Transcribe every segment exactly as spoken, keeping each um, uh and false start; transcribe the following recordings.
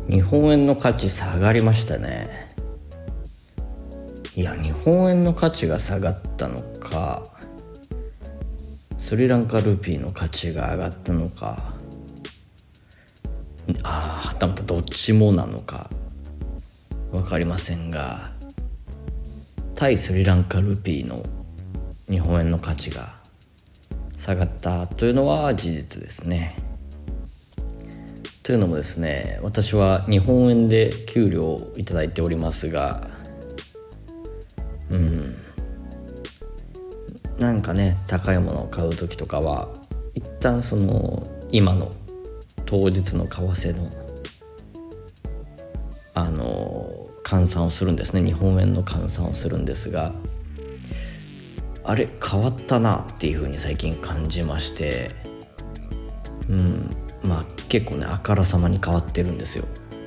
日本円の価値下がりましたね。いや、日本円の価値が下がったのか、スリランカルピーの価値が上がったのか、ああ、はたまたどっちもなのか分かりませんが、対スリランカルピーの日本円の価値が下がったというのは事実ですね。というのもですね、私は日本円で給料をいただいておりますが、うんなんかね、高いものを買う時とかは一旦その今の当日の為替のあの換算をするんですね。日本円の換算をするんですが、あれ変わったなっていう風に最近感じまして、うんまあ結構ねあからさまに変わってるんですよ。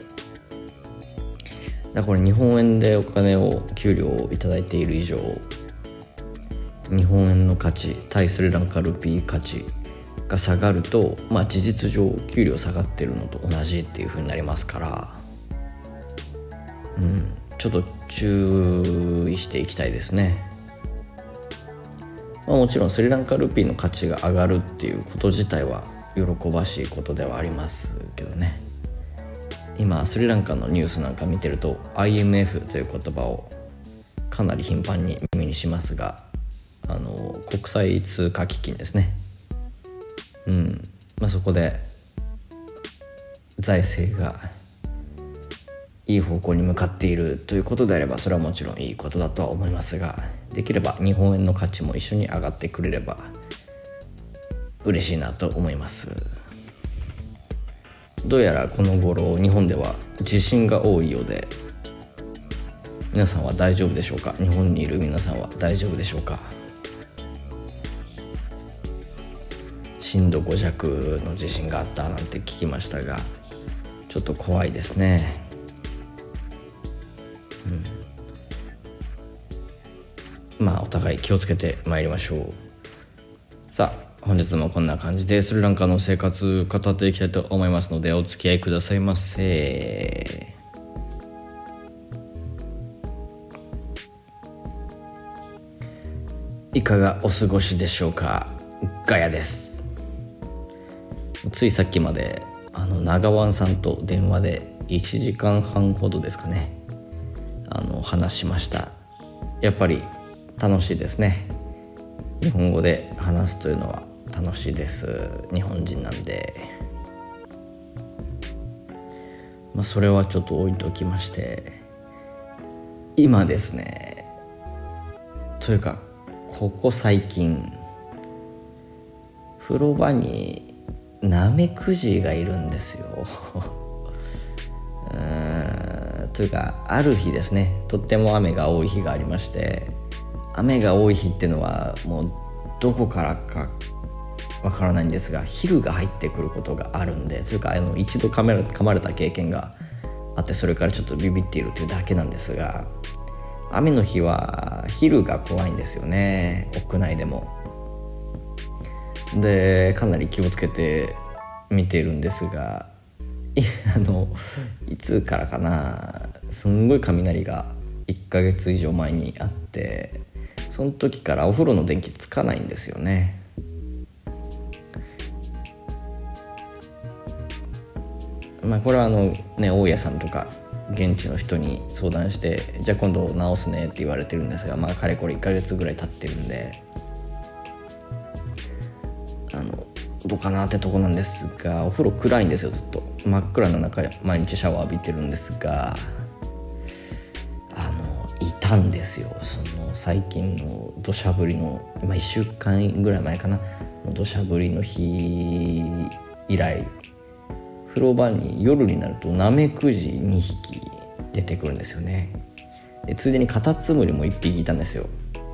だからこれ日本円でお金を給料をいただいている以上、日本円の価値対スリランカルピー価値が下がると、まあ事実上給料下がってるのと同じっていう風になりますから、うんちょっと注意していきたいですね。まあ、もちろんスリランカルピーの価値が上がるっていうこと自体は喜ばしいことではありますけどね。今スリランカのニュースなんか見てると アイエムエフ という言葉をかなり頻繁に耳にしますが、あの国際通貨基金ですね。うんまあ、そこで財政がいい方向に向かっているということであれば、それはもちろんいいことだとは思いますが、できれば日本円の価値も一緒に上がってくれれば嬉しいなと思います。どうやらこの頃日本では地震が多いようで、皆さんは大丈夫でしょうか。日本にいる皆さんは大丈夫でしょうか。震度ご弱の地震があったなんて聞きましたが、ちょっと怖いですね。うん、まあお互い気をつけてまいりましょう。さあ本日もこんな感じでスリランカの生活語っていきたいと思いますので、お付き合いくださいませ。いかがお過ごしでしょうか。ガヤです。ついさっきまであの長湾さんと電話でいちじかんはんほどですかね、あの話しました。やっぱり楽しいですね。日本語で話すというのは楽しいです。日本人なんで。まあそれはちょっと置いときまして、今ですね、というかここ最近風呂場にナメクジがいるんですようーんというかある日ですね、とっても雨が多い日がありまして、雨が多い日っていうのはもうどこからかわからないんですが、ヒルが入ってくることがあるんで、というかあの一度噛まれ、噛まれた経験があって、それからちょっとビビっているというだけなんですが、雨の日はヒルが怖いんですよね、屋内でも。でかなり気をつけて見ているんですが、いあのいつからかな、すんごい雷がいっかげつ以上前にあって、その時からお風呂の電気つかないんですよね。まあこれはあのね大家さんとか現地の人に相談して、じゃあ今度直すねって言われてるんですが、まあかれこれいっかげつぐらい経ってるんで、あのどうかなってとこなんですが、お風呂暗いんですよ。ずっと真っ暗な中毎日シャワー浴びてるんですが、あのいたんですよ。その最近の土砂降りの今いっしゅうかんぐらい前かなの土砂降りの日以来、風呂場に夜になるとナメクジにひき出てくるんですよね。でついでにカタツムリもいっぴきいたんですよ。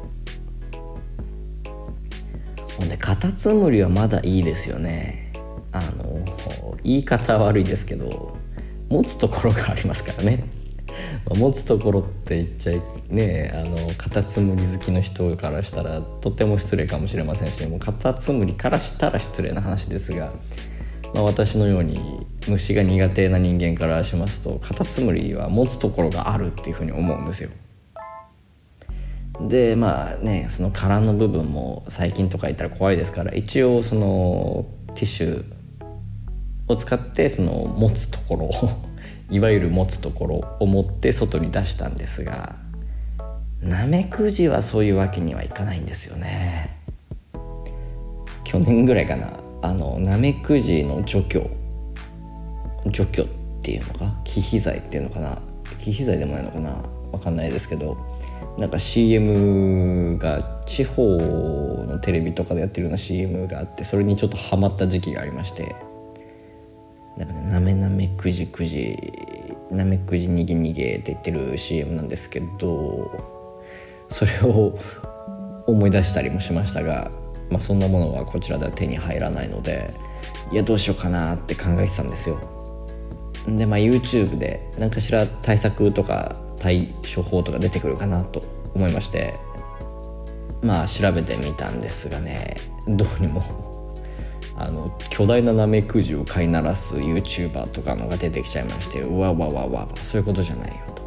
ほんでカタツムリはまだいいですよね。あの言い方悪いですけど持つところがありますからね持つところって言っちゃいね、あのカタツムリ好きの人からしたらとても失礼かもしれませんし、もうカタツムリからしたら失礼な話ですが、 まあ、私のように虫が苦手な人間からしますと、カタツムリは持つところがあるっていうふうに思うんですよ。でまあね、その殻の部分も細菌とかいったら怖いですから、一応そのティッシュを使ってその持つところをいわゆる持つところを持って外に出したんですが、ナメクジはそういうわけにはいかないんですよね。去年ぐらいかな、あのナメクジの除去除去っていうのか、忌避剤っていうのかな、忌避剤でもないのかな、わかんないですけど、なんか シーエム が地方のテレビとかでやってるような シーエム があって、それにちょっとハマった時期がありまして、なんかね、なめなめくじくじなめくじにげにげって言ってる シーエム なんですけど、それを思い出したりもしましたが、まあ、そんなものはこちらでは手に入らないので、いやどうしようかなって考えてたんですよ。で、まあ、YouTube で何かしら対策とか対処法とか出てくるかなと思いまして、まあ調べてみたんですがね、どうにもあの巨大なナメクジを飼いならす YouTuber とかのが出てきちゃいまして、うわわわわわ、そういうことじゃないよと。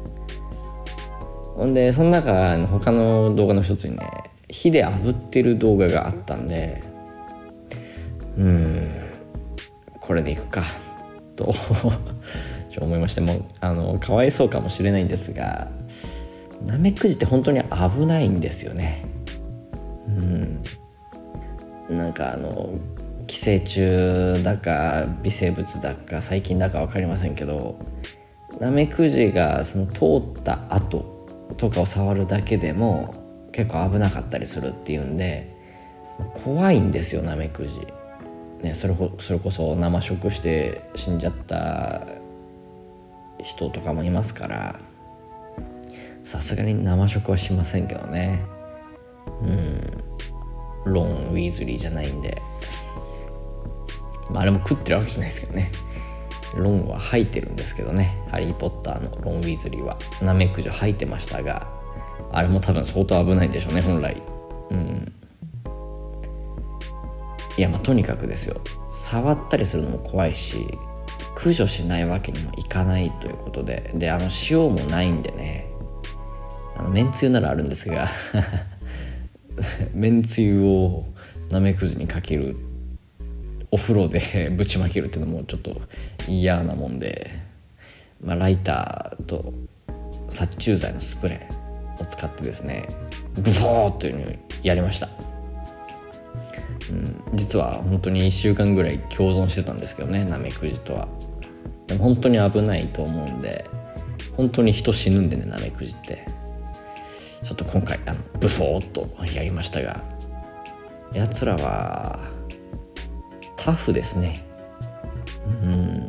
ほんでその中の他の動画の一つにね、火で炙ってる動画があったんで、うーんこれでいくかとちょ思いまして、もうあのかわいそうかもしれないんですが、ナメクジって本当に危ないんですよね。うん、なんかあの寄生虫だか微生物だか細菌だか分かりませんけど、ナメクジがその通った跡とかを触るだけでも結構危なかったりするっていうんで、怖いんですよナメクジ、ね、それこ、それこそ生食して死んじゃった人とかもいますから、さすがに生食はしませんけどね。うん、ロン・ウィーズリーじゃないんで、まあ、あれも食ってるわけじゃないですけどね。ロンは吐いてるんですけどね、ハリー・ポッターのロン・ウィーズリーはナメクジ吐いてましたが、あれも多分相当危ないんでしょうね本来。うん、いやまあとにかくですよ、触ったりするのも怖いし、駆除しないわけにもいかないということで、であの塩もないんでね、あのめんつゆならあるんですがめんつゆをナメクジにかける、お風呂でぶちまけるっていうのもちょっと嫌なもんで、まあ、ライターと殺虫剤のスプレーを使ってですね、ブフォーというのをやりました。うん、実は本当にいっしゅうかんぐらい共存してたんですけどね、ナメクジとは。でも本当に危ないと思うんで、本当に人死ぬんでね、ナメクジってちょっと今回あのブフォーっとやりましたが、やつらはタフですね。うん、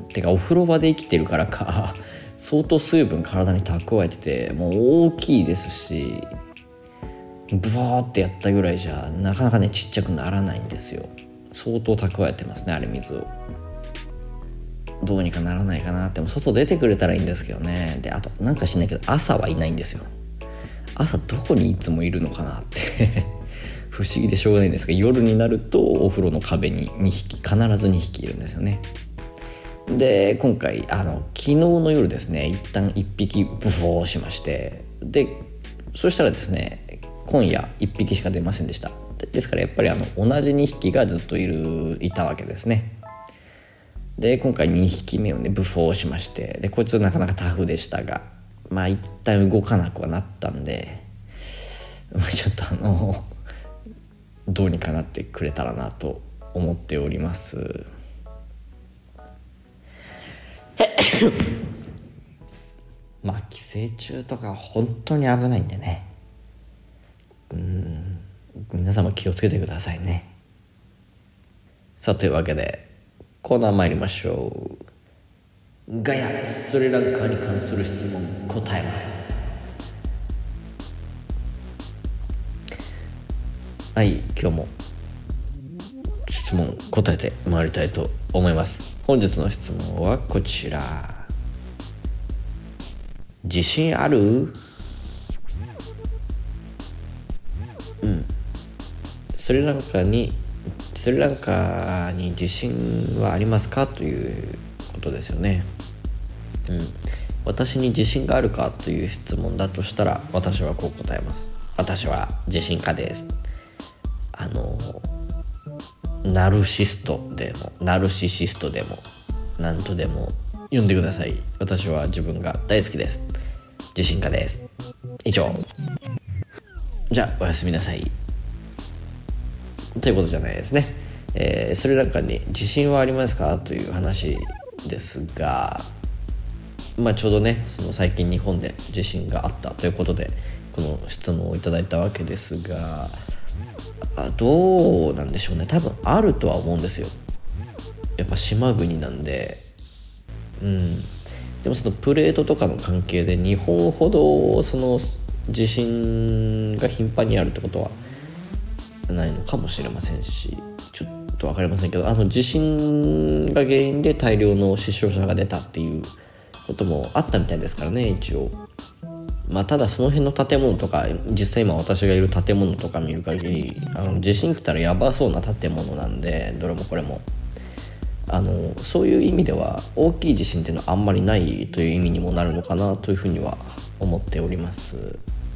てかお風呂場で生きてるからか相当水分体に蓄えてて、もう大きいですし、ブワーってやったぐらいじゃなかなかねちっちゃくならないんですよ。相当蓄えてますね、あれ水を。どうにかならないかなって、も外出てくれたらいいんですけどね。であとなんかしないけど朝はいないんですよ。朝どこにいつもいるのかなって不思議でしょうがないんですが、夜になるとお風呂の壁ににひき、必ずにひきいるんですよね。で今回あの昨日の夜ですね、一旦いっぴきブフォーしまして、でそしたらですね今夜いっぴきしか出ませんでした。ですからやっぱりあの同じにひきがずっといるいたわけですね。で今回にひきめをねブフォーしまして、でこいつなかなかタフでしたが、まあ一旦動かなくはなったんで、ちょっとあのどうにかなってくれたらなと思っておりますまあ寄生虫とか本当に危ないんでね、うーん皆様気をつけてくださいね。さあというわけでコーナー参りましょう。ガヤスリランカに関する質問答えます。はい、今日も質問答えてまいりたいと思います。本日の質問はこちら。自信ある？うん。スリランカにスリランカに自信はありますかということですよね。うん、私に自信があるかという質問だとしたら、私はこう答えます。私は自信家です。あのナルシストでもナルシシストでも何とでも呼んでください。私は自分が大好きです。自信家です。以上。じゃあおやすみなさいということじゃないですね。えー、スリランカに自信はありますかという話ですが、まあ、ちょうどねその最近日本で地震があったということでこの質問をいただいたわけですが、あどうなんでしょうね。多分あるとは思うんですよ。やっぱ島国なんで。うんでもそのプレートとかの関係で日本ほどその地震が頻繁にあるってことはないのかもしれませんし、ちょっと分かりませんけど、あの地震が原因で大量の死傷者が出たっていうこともあったみたいですからね、一応。まあ、ただその辺の建物とか実際今私がいる建物とか見る限り、あの地震来たらやばそうな建物なんで、どれもこれもあのそういう意味では大きい地震っていうのはあんまりないという意味にもなるのかなというふうには思っております。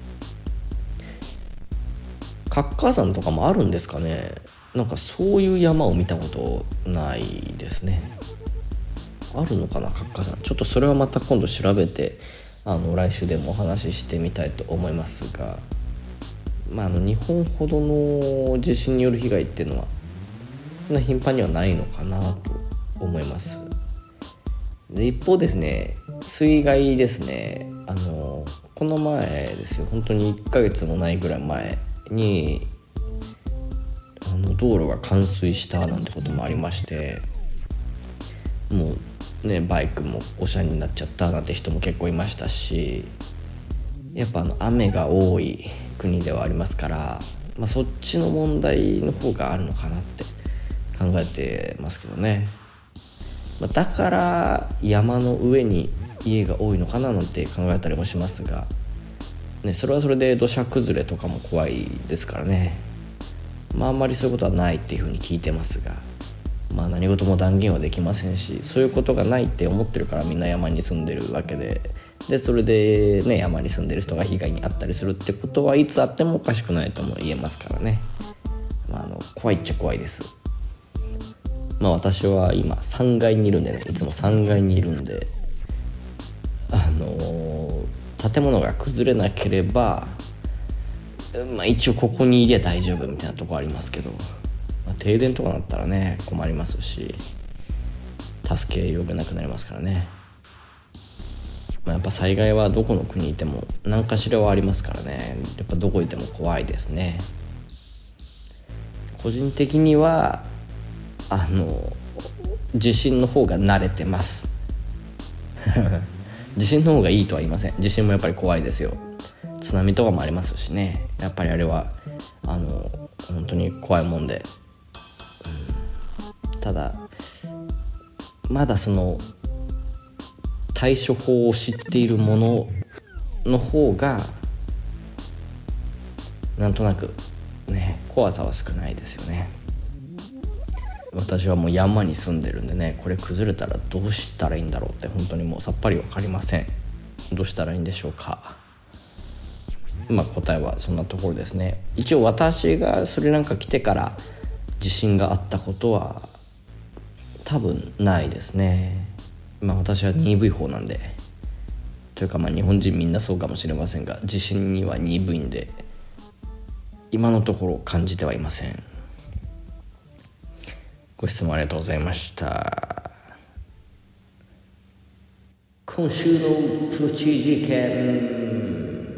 活火山とかもあるんですかね。なんかそういう山を見たことないですね。あるのかな活火山。ちょっとそれはまた今度調べてあの来週でもお話ししてみたいと思いますが、まあ、あの日本ほどの地震による被害っていうのはそんな頻繁にはないのかなと思います。で一方ですね、水害ですね。あのこの前ですよ、本当にいっかげつもないぐらい前にあの道路が冠水したなんてこともありまして、もうねバイクもおしゃになっちゃったなんて人も結構いましたし、やっぱあの雨が多い国ではありますから、まあ、そっちの問題の方があるのかなって考えてますけどね。まあ、だから山の上に家が多いのかななんて考えたりもしますが、ね、それはそれで土砂崩れとかも怖いですからね。まああんまりそういうことはないっていうふうに聞いてますが、まあ何事も断言はできませんし、そういうことがないって思ってるからみんな山に住んでるわけで、でそれでね山に住んでる人が被害に遭ったりするってことはいつあってもおかしくないとも言えますからね。まあ、あの怖いっちゃ怖いです。まあ私は今さんがいにいるんでね、いつもさんがいにいるんで、あのー、建物が崩れなければ、まあ一応ここにいりゃ大丈夫みたいなとこありますけど、まあ、停電とかなったらね困りますし、助け呼べなくなりますからね。まあ、やっぱ災害はどこの国にいても何かしらはありますからね。やっぱどこいても怖いですね。個人的にはあの地震の方が慣れてます地震の方がいいとは言いません。地震もやっぱり怖いですよ。津波とかもありますしね。やっぱりあれはあの本当に怖いもんで、うん、ただまだその対処法を知っているものの方がなんとなくね怖さは少ないですよね。私はもう山に住んでるんでね、これ崩れたらどうしたらいいんだろうって本当にもうさっぱり分かりません。どうしたらいいんでしょうか。まあ答えはそんなところですね。一応私がスリランカ来てから地震があったことは多分ないですね。まあ私は鈍い方なんで、というかまあ日本人みんなそうかもしれませんが、地震には鈍いんで今のところ感じてはいません。ご質問ありがとうございました。今週のプチ事件。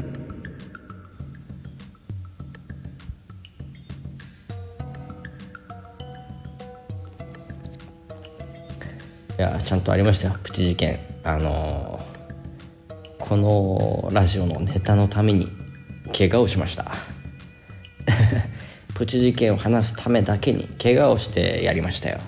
いやちゃんとありましたよ、プチ事件。あのー、このラジオのネタのために怪我をしましたプチ事件を話すためだけに怪我をしてやりましたよ。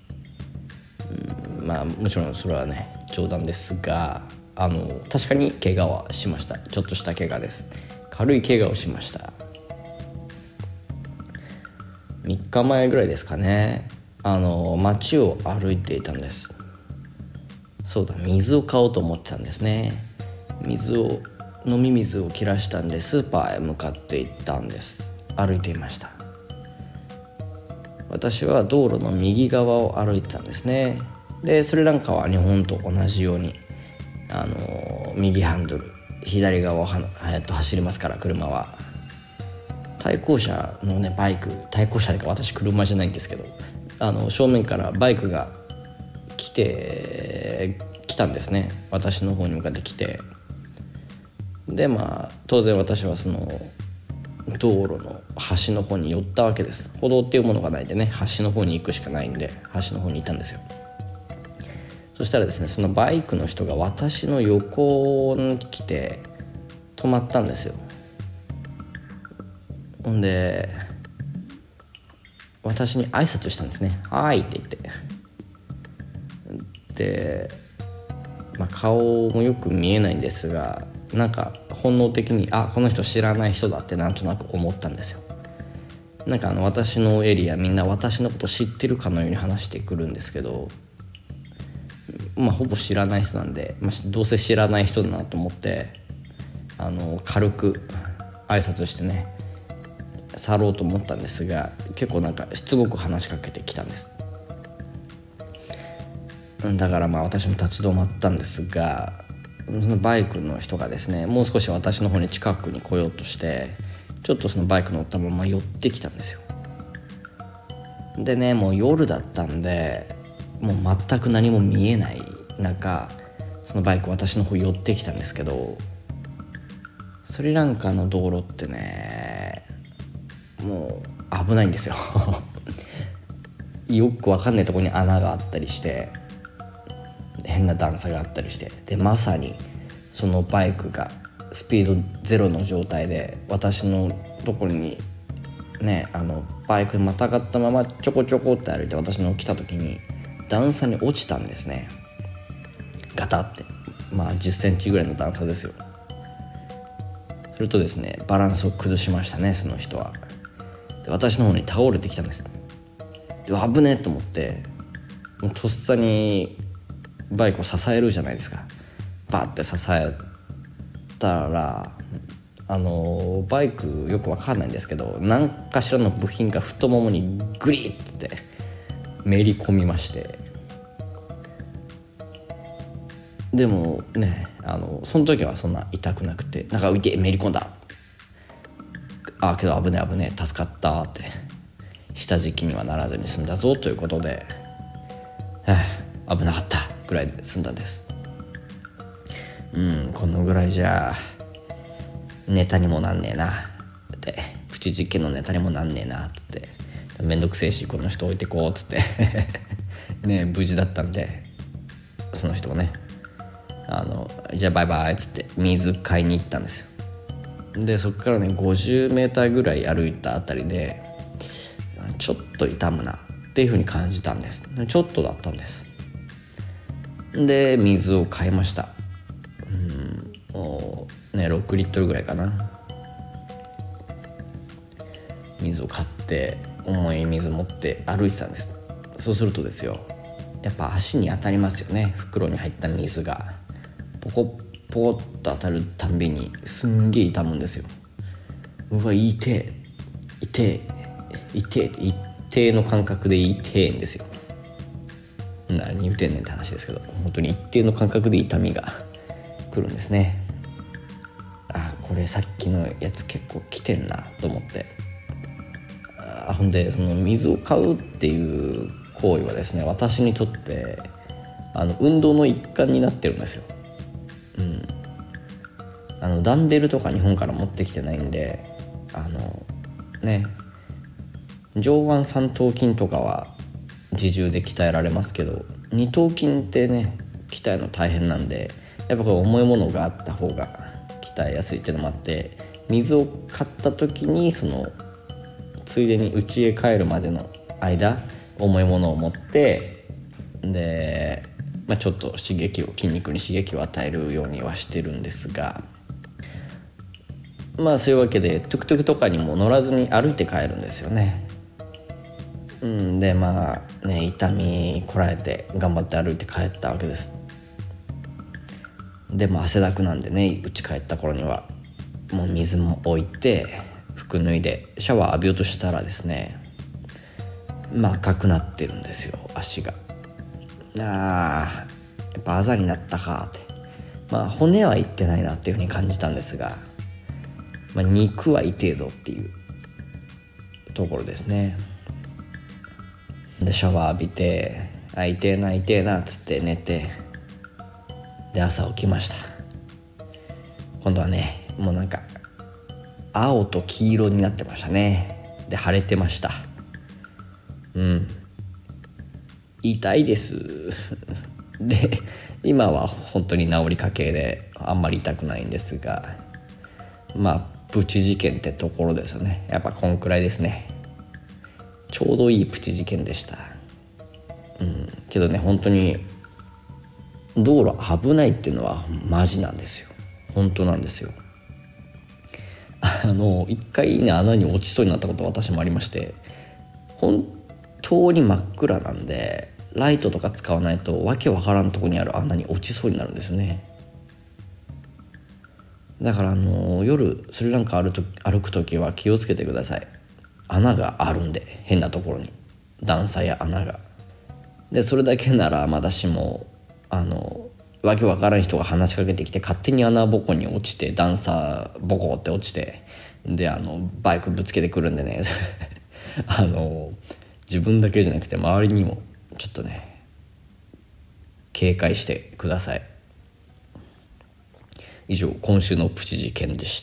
うんまあもちろんそれはね冗談ですが、あの確かに怪我はしました。ちょっとした怪我です。軽い怪我をしました。 みっかまえぐらいですかね、あの街を歩いていたんです。そうだ、水を買おうと思ってたんですね。水を飲み水を切らしたんでスーパーへ向かって行ったんです。歩いていました。私は道路の右側を歩いてたんですね。でスリランカは日本と同じようにあの右ハンドル左側をは、えっと、走りますから、車は対向車のねバイク対向車でか私車じゃないんですけど、あの正面からバイクが来て来たんですね。私の方に向かって来て、でまあ当然私はその道路の端の方に寄ったわけです。歩道っていうものがないんでね、端の方に行くしかないんで端の方にいたんですよ。そしたらですね、そのバイクの人が私の横に来て止まったんですよ。ほんで私に挨拶したんですね。はーいって言って、で、まあ、顔もよく見えないんですが、なんか本能的にあこの人知らない人だってなんとなく思ったんですよ。なんかあの私のエリアみんな私のこと知ってるかのように話してくるんですけど、まあほぼ知らない人なんで、まあ、どうせ知らない人だなと思ってあの軽く挨拶してね去ろうと思ったんですが、結構なんかしつこく話しかけてきたんです。だからまあ私も立ち止まったんですが、そのバイクの人がですねもう少し私の方に近くに来ようとしてちょっとそのバイク乗ったまま寄ってきたんですよ。でねもう夜だったんでもう全く何も見えない中、そのバイク私の方寄ってきたんですけど、スリランカの道路ってねもう危ないんですよよくわかんないところに穴があったりして変な段差があったりして、でまさにそのバイクがスピードゼロの状態で私のところにねあのバイクにまたがったままちょこちょこって歩いて私の来た時に段差に落ちたんですね。ガタって、まあじゅっセンチぐらいの段差ですよ。するとですねバランスを崩しましたね、その人は。で私の方に倒れてきたんです。で危ねえと思ってもうとっさにバイクを支えるじゃないですか。バーって支えたらあのバイクよくわかんないんですけど何かしらの部品が太ももにグリッってめり込みまして、でもねあのその時はそんな痛くなくて、なんか浮いてめり込んだ、あけど危ねえ危ねえ助かったって、下敷きにはならずに済んだぞということで、はあ、危なかったぐらいで済んだんです。うんこのぐらいじゃネタにもなんねえなってプチ実験のネタにもなんねえなっつって、めんどくせえしこの人置いてこうっつってね無事だったんで、その人もねあのじゃあバイバイっつって水買いに行ったんですよ。でそこからねごじゅうメーターぐらい歩いたあたりでちょっと痛むなっていう風に感じたんです。ちょっとだったんです。で水を買いました。うんもうねろくリットルぐらいかな、水を買って重い水持って歩いてたんです。そうするとですよやっぱ足に当たりますよね。袋に入った水がポコポコッと当たるたんびにすんげえ痛むんですよ。うわ痛え痛え痛え一定の感覚で痛えんですよ。何言うてんねんって話ですけど、本当に一定の感覚で痛みが来るんですね。あこれさっきのやつ結構来てんなと思って、あほんでその水を買うっていう行為はですね私にとってあの運動の一環になってるんですよ。うんあのダンベルとか日本から持ってきてないんで、あのね上腕三頭筋とかは自重で鍛えられますけど二頭筋ってね鍛えるの大変なんで、やっぱこれ重いものがあった方が鍛えやすいっていうのもあって、水を買った時にそのついでに家へ帰るまでの間重いものを持ってで、まあ、ちょっと刺激を筋肉に刺激を与えるようにはしてるんですが、まあそういうわけでトゥクトゥクとかにも乗らずに歩いて帰るんですよね。 うんでまあね痛みこらえて頑張って歩いて帰ったわけです。でも汗だくなんでね、家帰った頃にはもう水も置いて服脱いでシャワー浴びようとしたらですね、まあ赤くなってるんですよ、足が。あーやっぱあざになったかって、まあ骨はいってないなっていうふうに感じたんですが、まあ、肉は痛えぞっていうところですね。でシャワー浴びてあ痛えな痛えなっつって寝て、で朝起きました。今度はねもうなんか青と黄色になってましたね。で腫れてました。うん痛いですで今は本当に治りかけであんまり痛くないんですが、まあプチ事件ってところですよね。やっぱこんくらいですね。ちょうどいいプチ事件でした。うんけどね本当に道路危ないっていうのはマジなんですよ。本当なんですよ。あの一回ね穴に落ちそうになったこと私もありまして、本当に真っ暗なんでライトとか使わないとわけわからんとこにある穴に落ちそうになるんですよね。だからあの夜スリランカ歩くと歩く時は気をつけてください。穴があるんで、変なところに段差や穴が。でそれだけならまだしもあのわけわからん人が話しかけてきて勝手に穴ぼこに落ちて段差ボコって落ちて、であのバイクぶつけてくるんでねあの自分だけじゃなくて周りにもちょっとね警戒してください。以上今週のプチ事件でした。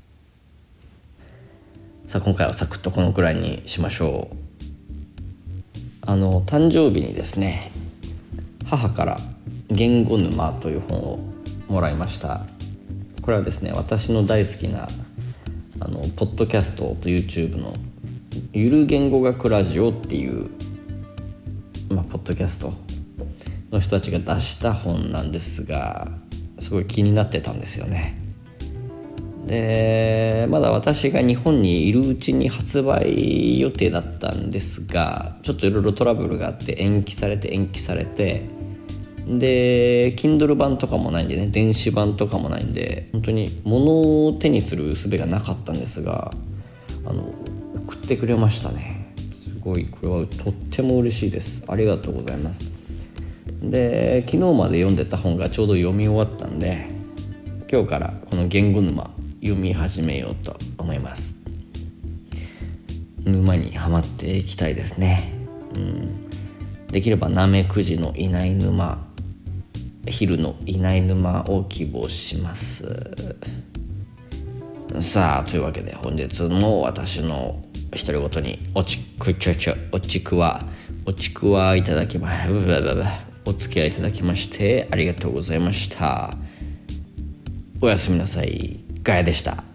さあ今回はサクッとこのくらいにしましょう。あの誕生日にですね母から言語沼という本をもらいました。これはですね私の大好きなあのポッドキャストと YouTube のゆる言語学ラジオっていう、まあ、ポッドキャストの人たちが出した本なんですが、すごい気になってたんですよね。でまだ私が日本にいるうちに発売予定だったんですが、ちょっといろいろトラブルがあって延期されて延期されて、で Kindle 版とかもないんでね、電子版とかもないんで本当に物を手にする術がなかったんですが、あの送ってくれましたね。すごいこれはとっても嬉しいです。ありがとうございます。で昨日まで読んでた本がちょうど読み終わったんで、今日からこの言語沼読み始めようと思います。沼にはまっていきたいですね。うん、できればナメクジのいない沼、昼のいない沼を希望します。さあというわけで本日の私の独り言におちくちょちょおちくわおちくわいただきまお付き合いいただきましてありがとうございました。おやすみなさい。ガヤでした。